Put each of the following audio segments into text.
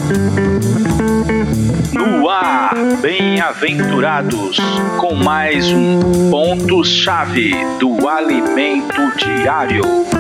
No ar, bem-aventurados, com mais um ponto-chave do alimento diário.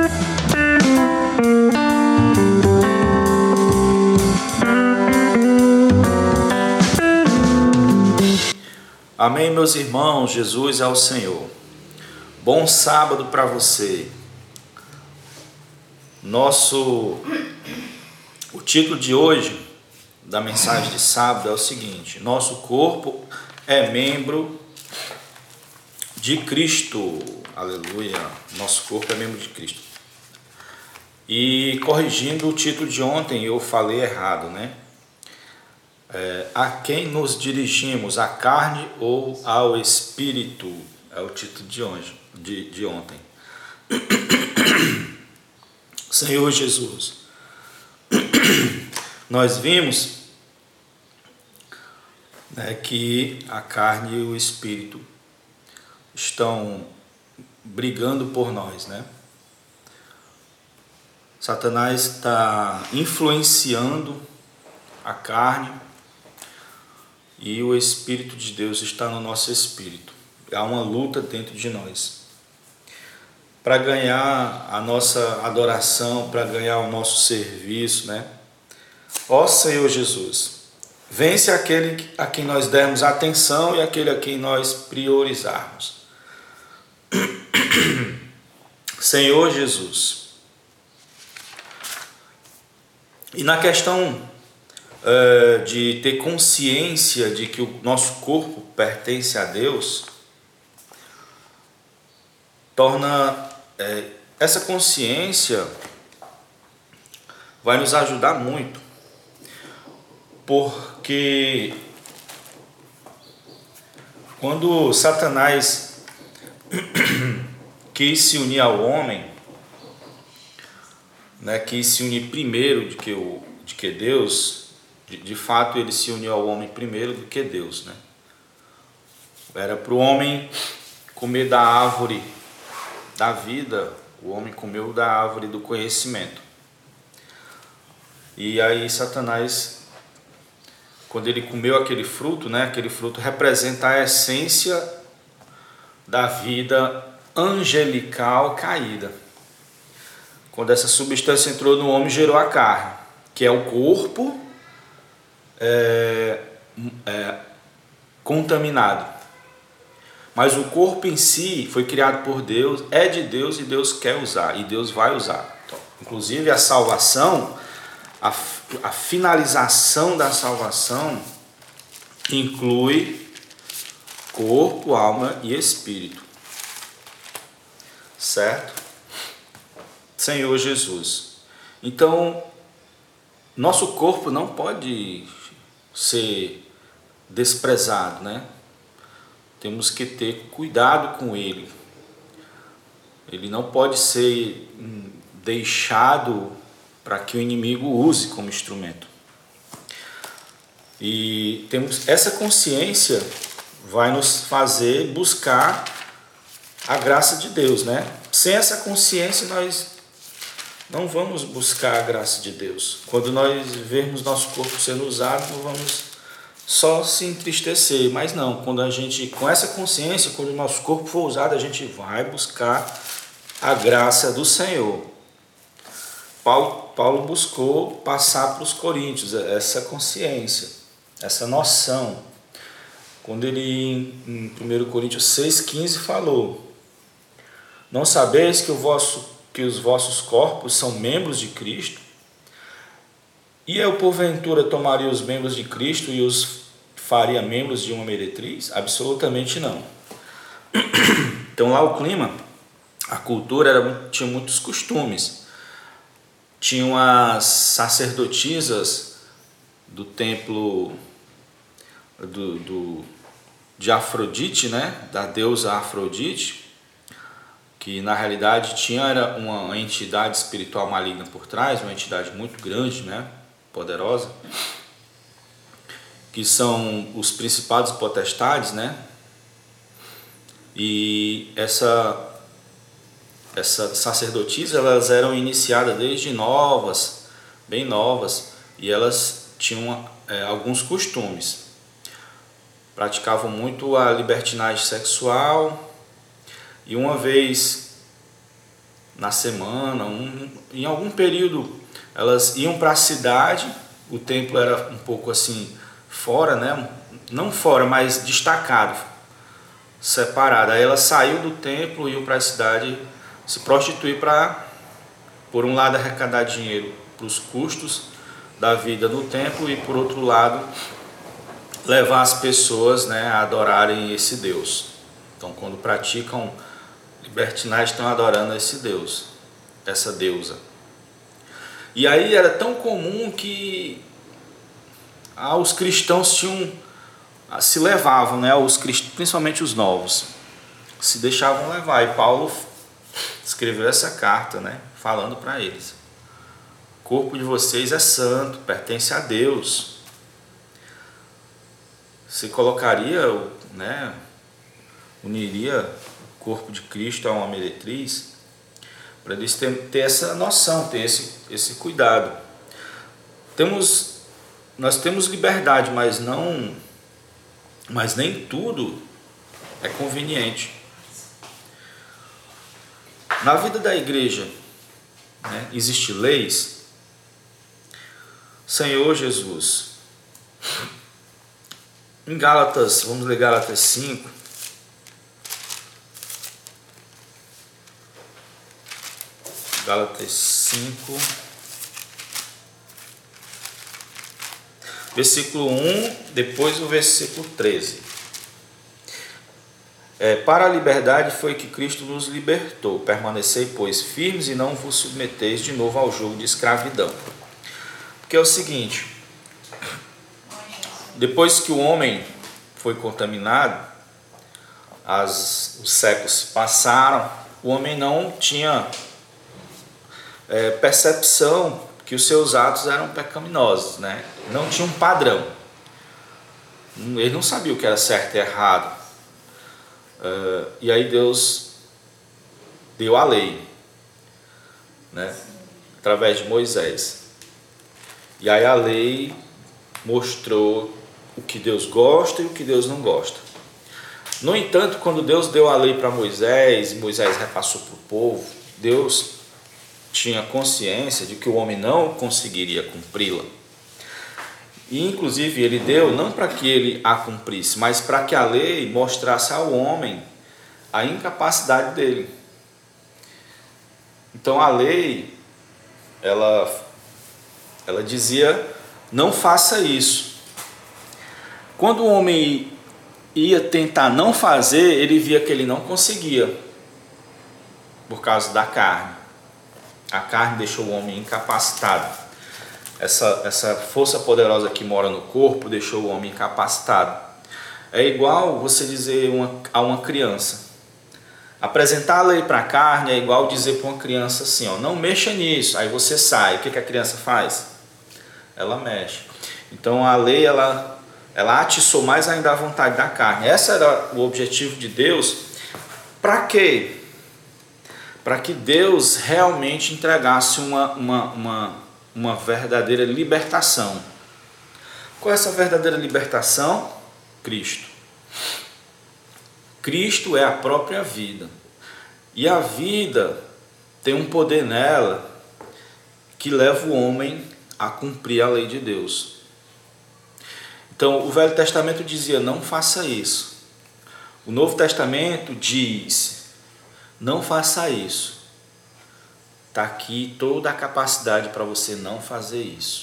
Amém, meus irmãos, Jesus é o Senhor. Bom sábado para você. O título de hoje da mensagem de sábado é o seguinte: nosso corpo é membro de Cristo. Aleluia. Nosso corpo é membro de Cristo. E corrigindo o título de ontem, eu falei errado, né? A quem nos dirigimos, à carne ou ao Espírito? É o título de ontem. Senhor Jesus, nós vimos, né, que a carne e o Espírito estão brigando por nós, né? Satanás está influenciando a carne e o Espírito de Deus está no nosso espírito. Há uma luta dentro de nós para ganhar a nossa adoração, para ganhar o nosso serviço, né? Ó Senhor Jesus, vence aquele a quem nós dermos atenção e aquele a quem nós priorizarmos. Senhor Jesus. E na questão de ter consciência de que o nosso corpo pertence a Deus, torna essa consciência vai nos ajudar muito, porque quando Satanás quis se unir ao homem, né, quis se unir primeiro de que Deus, de fato ele se uniu ao homem primeiro do que Deus, né? Era para o homem comer da árvore da vida, o homem comeu da árvore do conhecimento. E aí Satanás, quando ele comeu aquele fruto, né, aquele fruto representa a essência da vida angelical caída. Quando essa substância entrou no homem, gerou a carne, que é o corpo contaminado. Mas o corpo em si foi criado por Deus, é de Deus e Deus quer usar, e Deus vai usar. Então, inclusive a salvação, a finalização da salvação inclui corpo, alma e espírito. Certo? Senhor Jesus. Então, nosso corpo não pode ser desprezado, né? Temos que ter cuidado com ele. Ele não pode ser deixado para que o inimigo use como instrumento. E temos essa consciência vai nos fazer buscar a graça de Deus, né? Sem essa consciência nós não vamos buscar a graça de Deus. Quando nós vermos nosso corpo sendo usado, não vamos só se entristecer, mas não, quando a gente, com essa consciência, quando o nosso corpo for usado, a gente vai buscar a graça do Senhor. Paulo buscou passar para os coríntios essa consciência, essa noção, quando ele em 1 Coríntios 6,15 falou: não sabeis que os vossos corpos são membros de Cristo? E eu porventura tomaria os membros de Cristo e os faria membros de uma meretriz? Absolutamente não. Então lá o clima, a cultura tinha muitos costumes. Tinham as sacerdotisas do templo de Afrodite, né? Da deusa Afrodite, que na realidade era uma entidade espiritual maligna por trás, uma entidade muito grande, né? Poderosa, que são os principados potestades, né? E essa sacerdotisa, elas eram iniciadas desde novas, bem novas, e elas tinham alguns costumes. Praticavam muito a libertinagem sexual e uma vez na semana, em algum período, elas iam para a cidade. O templo era um pouco assim fora, né? Não fora, mas destacado, separado. Aí elas saíam do templo e iam para a cidade se prostituir para, por um lado, arrecadar dinheiro para os custos da vida no templo e, por outro lado, levar as pessoas, né, a adorarem esse Deus. Então, quando praticam libertinagem, estão adorando esse Deus, essa deusa. E aí era tão comum que os cristãos se levavam, né, principalmente os novos, se deixavam levar. E Paulo escreveu essa carta, né, falando para eles: o corpo de vocês é santo, pertence a Deus. Você colocaria, né, uniria o corpo de Cristo a uma meretriz? Para eles ter essa noção, ter esse cuidado. Nós temos liberdade, mas nem tudo é conveniente. Na vida da igreja, né, existem leis. Senhor Jesus, em Gálatas, vamos ler Gálatas 5. Gálatas 5, versículo 1, depois o versículo 13. Para a liberdade foi que Cristo nos libertou. Permanecei, pois, firmes e não vos submeteis de novo ao jugo de escravidão. Porque é o seguinte: depois que o homem foi contaminado, os séculos se passaram, o homem não tinha percepção que os seus atos eram pecaminosos, né? Não tinha um padrão. Ele não sabia o que era certo e errado. E aí Deus deu a lei, né, através de Moisés. E aí a lei mostrou o que Deus gosta e o que Deus não gosta. No entanto, quando Deus deu a lei para Moisés, e Moisés repassou para o povo, Deus tinha consciência de que o homem não conseguiria cumpri-la. E inclusive ele deu não para que ele a cumprisse, mas para que a lei mostrasse ao homem a incapacidade dele. Então a lei, ela dizia: não faça isso. Quando o homem ia tentar não fazer, ele via que ele não conseguia, por causa da carne. A carne deixou o homem incapacitado. Essa força poderosa que mora no corpo deixou o homem incapacitado. É igual você dizer a uma criança, apresentar a lei para a carne é igual dizer para uma criança assim, não mexa nisso. Aí você sai. O que a criança faz? Ela mexe. Então a lei ela atiçou mais ainda a vontade da carne. Esse era o objetivo de Deus. Para quê? Para que Deus realmente entregasse uma verdadeira libertação. Qual é essa verdadeira libertação? Cristo. Cristo é a própria vida. E a vida tem um poder nela que leva o homem a cumprir a lei de Deus. Então, o Velho Testamento dizia: não faça isso. O Novo Testamento diz: não faça isso. Está aqui toda a capacidade para você não fazer isso,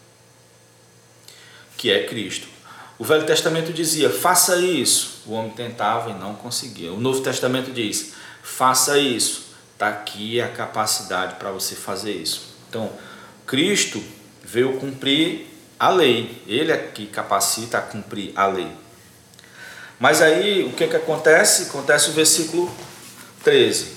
que é Cristo. O Velho Testamento dizia: faça isso. O homem tentava e não conseguia. O Novo Testamento diz: faça isso. Está aqui a capacidade para você fazer isso. Então, Cristo veio cumprir a lei. Ele é que capacita a cumprir a lei. Mas aí, o que acontece? Acontece o versículo 13.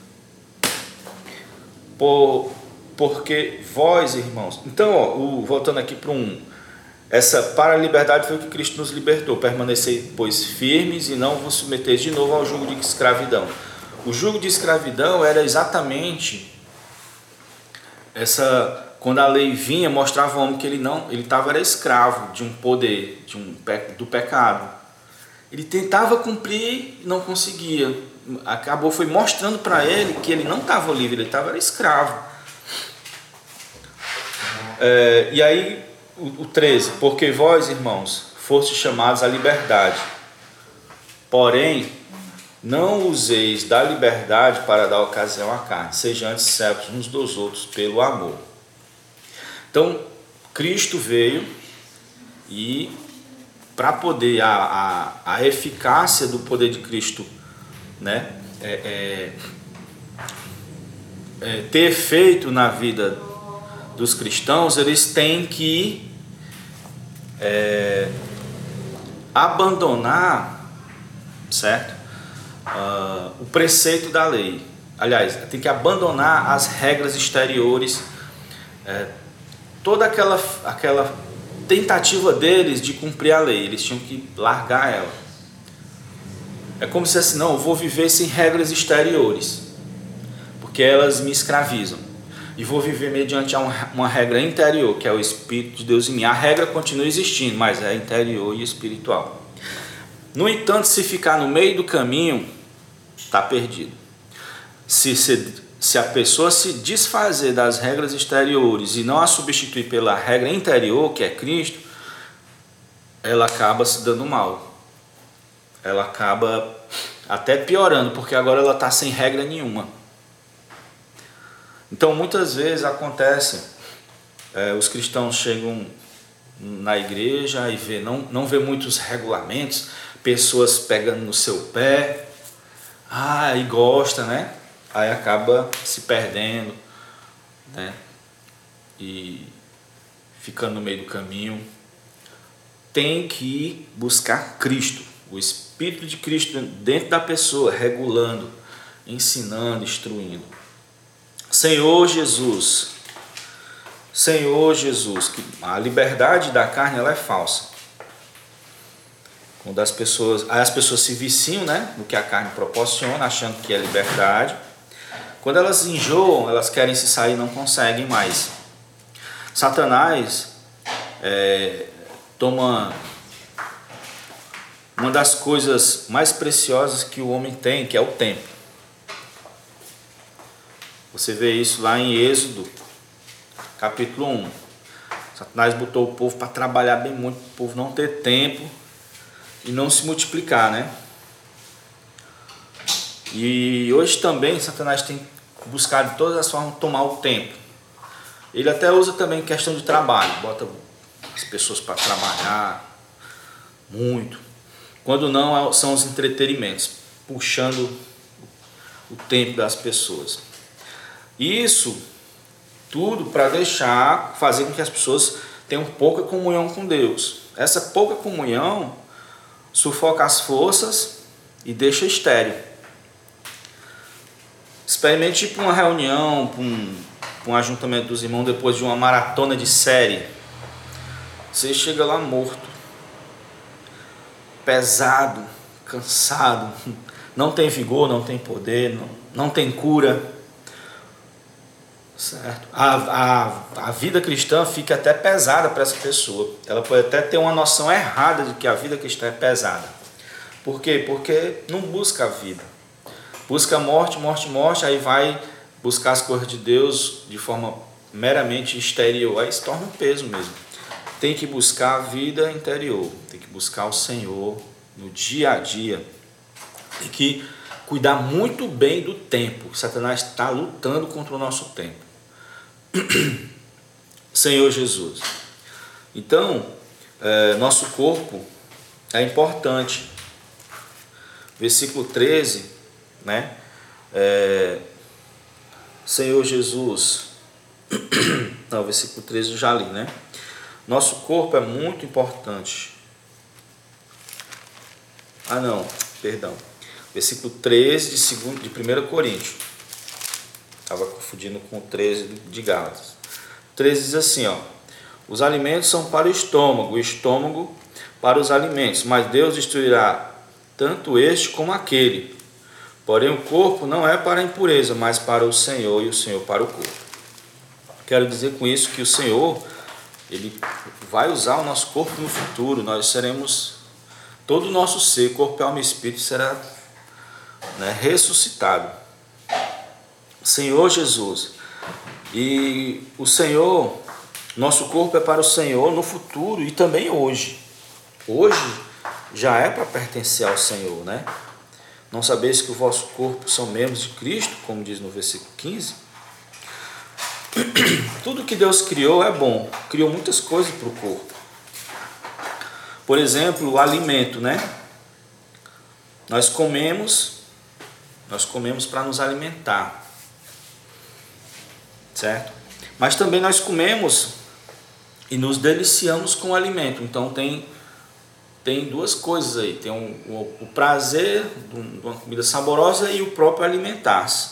Porque vós, irmãos... Então, voltando aqui para para a liberdade foi que Cristo nos libertou. Permanecei, pois, firmes e não vos submeteis de novo ao jugo de escravidão. O jugo de escravidão era exatamente quando a lei vinha, mostrava ao homem que ele estava era escravo de um poder, do pecado. Ele tentava cumprir e não conseguia. Foi mostrando para ele que ele não estava livre, ele estava escravo. E aí o 13, porque vós, irmãos, fostes chamados à liberdade, porém não useis da liberdade para dar ocasião à carne, sejam antes servos uns dos outros pelo amor. Então Cristo veio e para poder a eficácia do poder de Cristo, né, ter efeito na vida dos cristãos, eles têm que abandonar, certo? O preceito da lei. Aliás, tem que abandonar as regras exteriores, toda aquela tentativa deles de cumprir a lei. Eles tinham que largar ela. É como se assim, não, eu vou viver sem regras exteriores, porque elas me escravizam. E vou viver mediante uma regra interior, que é o Espírito de Deus em mim. A regra continua existindo, mas é interior e espiritual. No entanto, se ficar no meio do caminho, está perdido. Se a pessoa se desfazer das regras exteriores e não a substituir pela regra interior, que é Cristo, ela acaba se dando mal. Ela acaba até piorando, porque agora ela está sem regra nenhuma. Então muitas vezes acontece, os cristãos chegam na igreja e não vê muitos regulamentos, pessoas pegando no seu pé, e gosta, né? Aí acaba se perdendo, né? E ficando no meio do caminho. Tem que buscar Cristo, o Espírito de Cristo dentro da pessoa, regulando, ensinando, instruindo. Senhor Jesus, que a liberdade da carne ela é falsa. Quando as pessoas se viciam, né, no que a carne proporciona, achando que é liberdade. Quando elas enjoam, elas querem se sair e não conseguem mais. Satanás toma uma das coisas mais preciosas que o homem tem, que é o tempo. Você vê isso lá em Êxodo, capítulo 1. Satanás botou o povo para trabalhar bem muito, para o povo não ter tempo e não se multiplicar, né? E hoje também Satanás tem buscado de todas as formas tomar o tempo. Ele até usa também questão de trabalho, bota as pessoas para trabalhar muito. Quando não, são os entretenimentos, puxando o tempo das pessoas. Isso tudo para fazer com que as pessoas tenham pouca comunhão com Deus. Essa pouca comunhão sufoca as forças e deixa estéril. Experimente ir para uma reunião, para um ajuntamento dos irmãos depois de uma maratona de série. Você chega lá morto, pesado, cansado, não tem vigor, não tem poder, não tem cura. Certo? A vida cristã fica até pesada para essa pessoa. Ela pode até ter uma noção errada de que a vida cristã é pesada. Por quê? Porque não busca a vida. Busca morte, aí vai buscar as coisas de Deus de forma meramente exterior. Aí se torna um peso mesmo. Tem que buscar a vida interior. Tem que buscar o Senhor no dia a dia. Tem que cuidar muito bem do tempo. Satanás está lutando contra o nosso tempo. Senhor Jesus. Então, nosso corpo é importante. Versículo 13, né? Senhor Jesus. Não, versículo 13 eu já li, né? Nosso corpo é muito importante. Versículo 13 de 1 Coríntios. Estava confundindo com o 13 de Gálatas. 13 diz assim, os alimentos são para o estômago para os alimentos, mas Deus destruirá tanto este como aquele. Porém o corpo não é para a impureza, mas para o Senhor, e o Senhor para o corpo. Quero dizer com isso que o Senhor, Ele vai usar o nosso corpo no futuro. Nós seremos, todo o nosso ser, corpo, alma e espírito será, né, ressuscitado. Senhor Jesus. E o Senhor, nosso corpo é para o Senhor no futuro e também hoje. Hoje já é para pertencer ao Senhor, né? Não sabeis que o vosso corpo são membros de Cristo, como diz no versículo 15? Tudo que Deus criou é bom. Criou muitas coisas para o corpo. Por exemplo, o alimento, né? Nós comemos para nos alimentar. Certo? Mas também nós comemos e nos deliciamos com o alimento. Então tem duas coisas aí. Tem o prazer de uma comida saborosa e o próprio alimentar-se.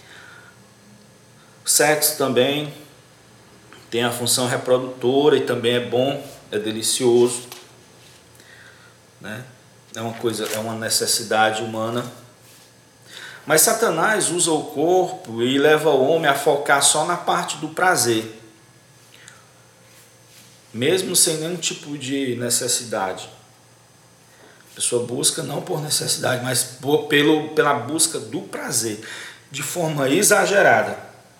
Sexo também tem a função reprodutora e também é bom, é delicioso, né? É uma necessidade humana. Mas Satanás usa o corpo e leva o homem a focar só na parte do prazer, mesmo sem nenhum tipo de necessidade. A pessoa busca não por necessidade, mas pela busca do prazer, de forma exagerada.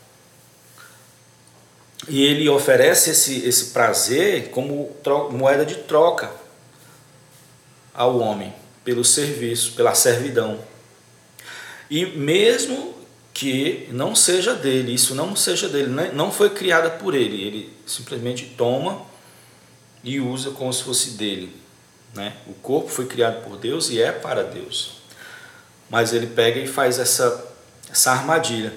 E ele oferece esse prazer como moeda de troca ao homem, pelo serviço, pela servidão. E mesmo que não seja dele, isso não seja dele, não foi criada por ele, ele simplesmente toma e usa como se fosse dele, né? O corpo foi criado por Deus e é para Deus, mas ele pega e faz essa armadilha.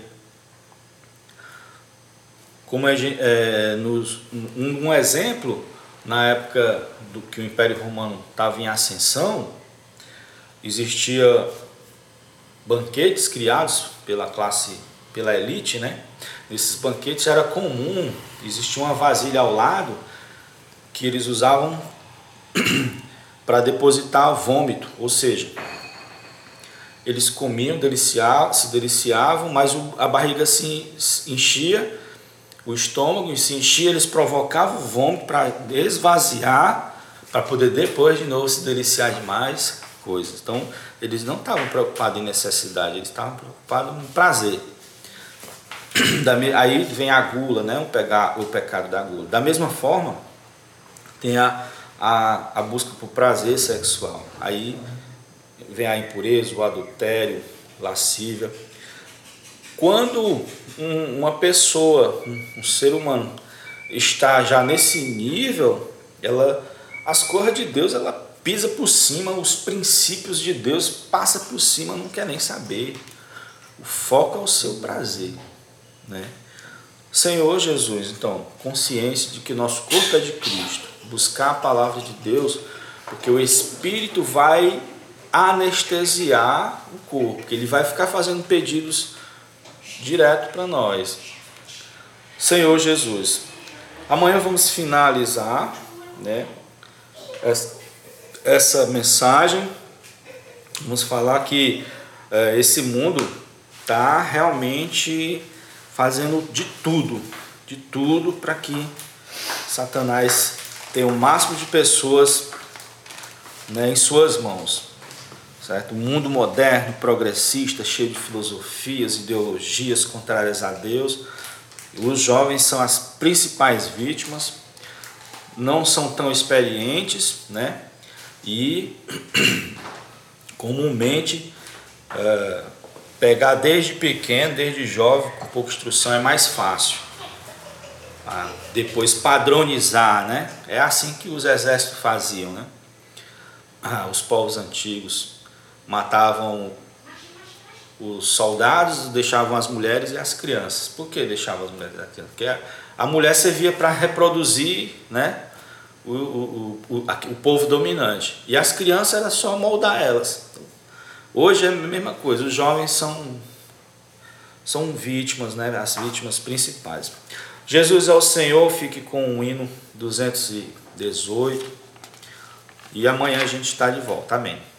Como um exemplo, na época que o Império Romano estava em ascensão, existia banquetes criados pela elite, né? Nesses banquetes era comum, existia uma vasilha ao lado que eles usavam para depositar vômito, ou seja, eles comiam, se deliciavam, mas a barriga se enchia, o estômago se enchia, eles provocavam o vômito para esvaziar, para poder depois de novo se deliciar de mais coisas. Então eles não estavam preocupados em necessidade, eles estavam preocupados em prazer. Aí vem a gula, né? O pecado da gula. Da mesma forma, tem a busca por prazer sexual. Aí vem a impureza, o adultério, lascívia. Quando uma pessoa, um ser humano, está já nesse nível, as coisas de Deus, ela pisa por cima, os princípios de Deus passa por cima, não quer nem saber. O foco é o seu prazer, né? Senhor Jesus, então, consciência de que nosso corpo é de Cristo, buscar a palavra de Deus, porque o Espírito vai anestesiar o corpo, que ele vai ficar fazendo pedidos direto para nós. Senhor Jesus, amanhã vamos finalizar, né, essa mensagem. Vamos falar que esse mundo está realmente fazendo de tudo para que Satanás tenha o máximo de pessoas, né, em suas mãos, certo? Um mundo moderno, progressista, cheio de filosofias, ideologias contrárias a Deus. Os jovens são as principais vítimas, não são tão experientes, né? E comumente pegar desde pequeno, desde jovem, com pouca instrução é mais fácil. Depois padronizar, né? É assim que os exércitos faziam, né? Os povos antigos matavam os soldados, deixavam as mulheres e as crianças. Por que deixavam as mulheres e as crianças? Porque a mulher servia para reproduzir, né, o povo dominante. E as crianças era só moldar elas. Hoje é a mesma coisa, os jovens são vítimas, né, as vítimas principais. Jesus é o Senhor, fique com o hino 218. E amanhã a gente está de volta. Amém.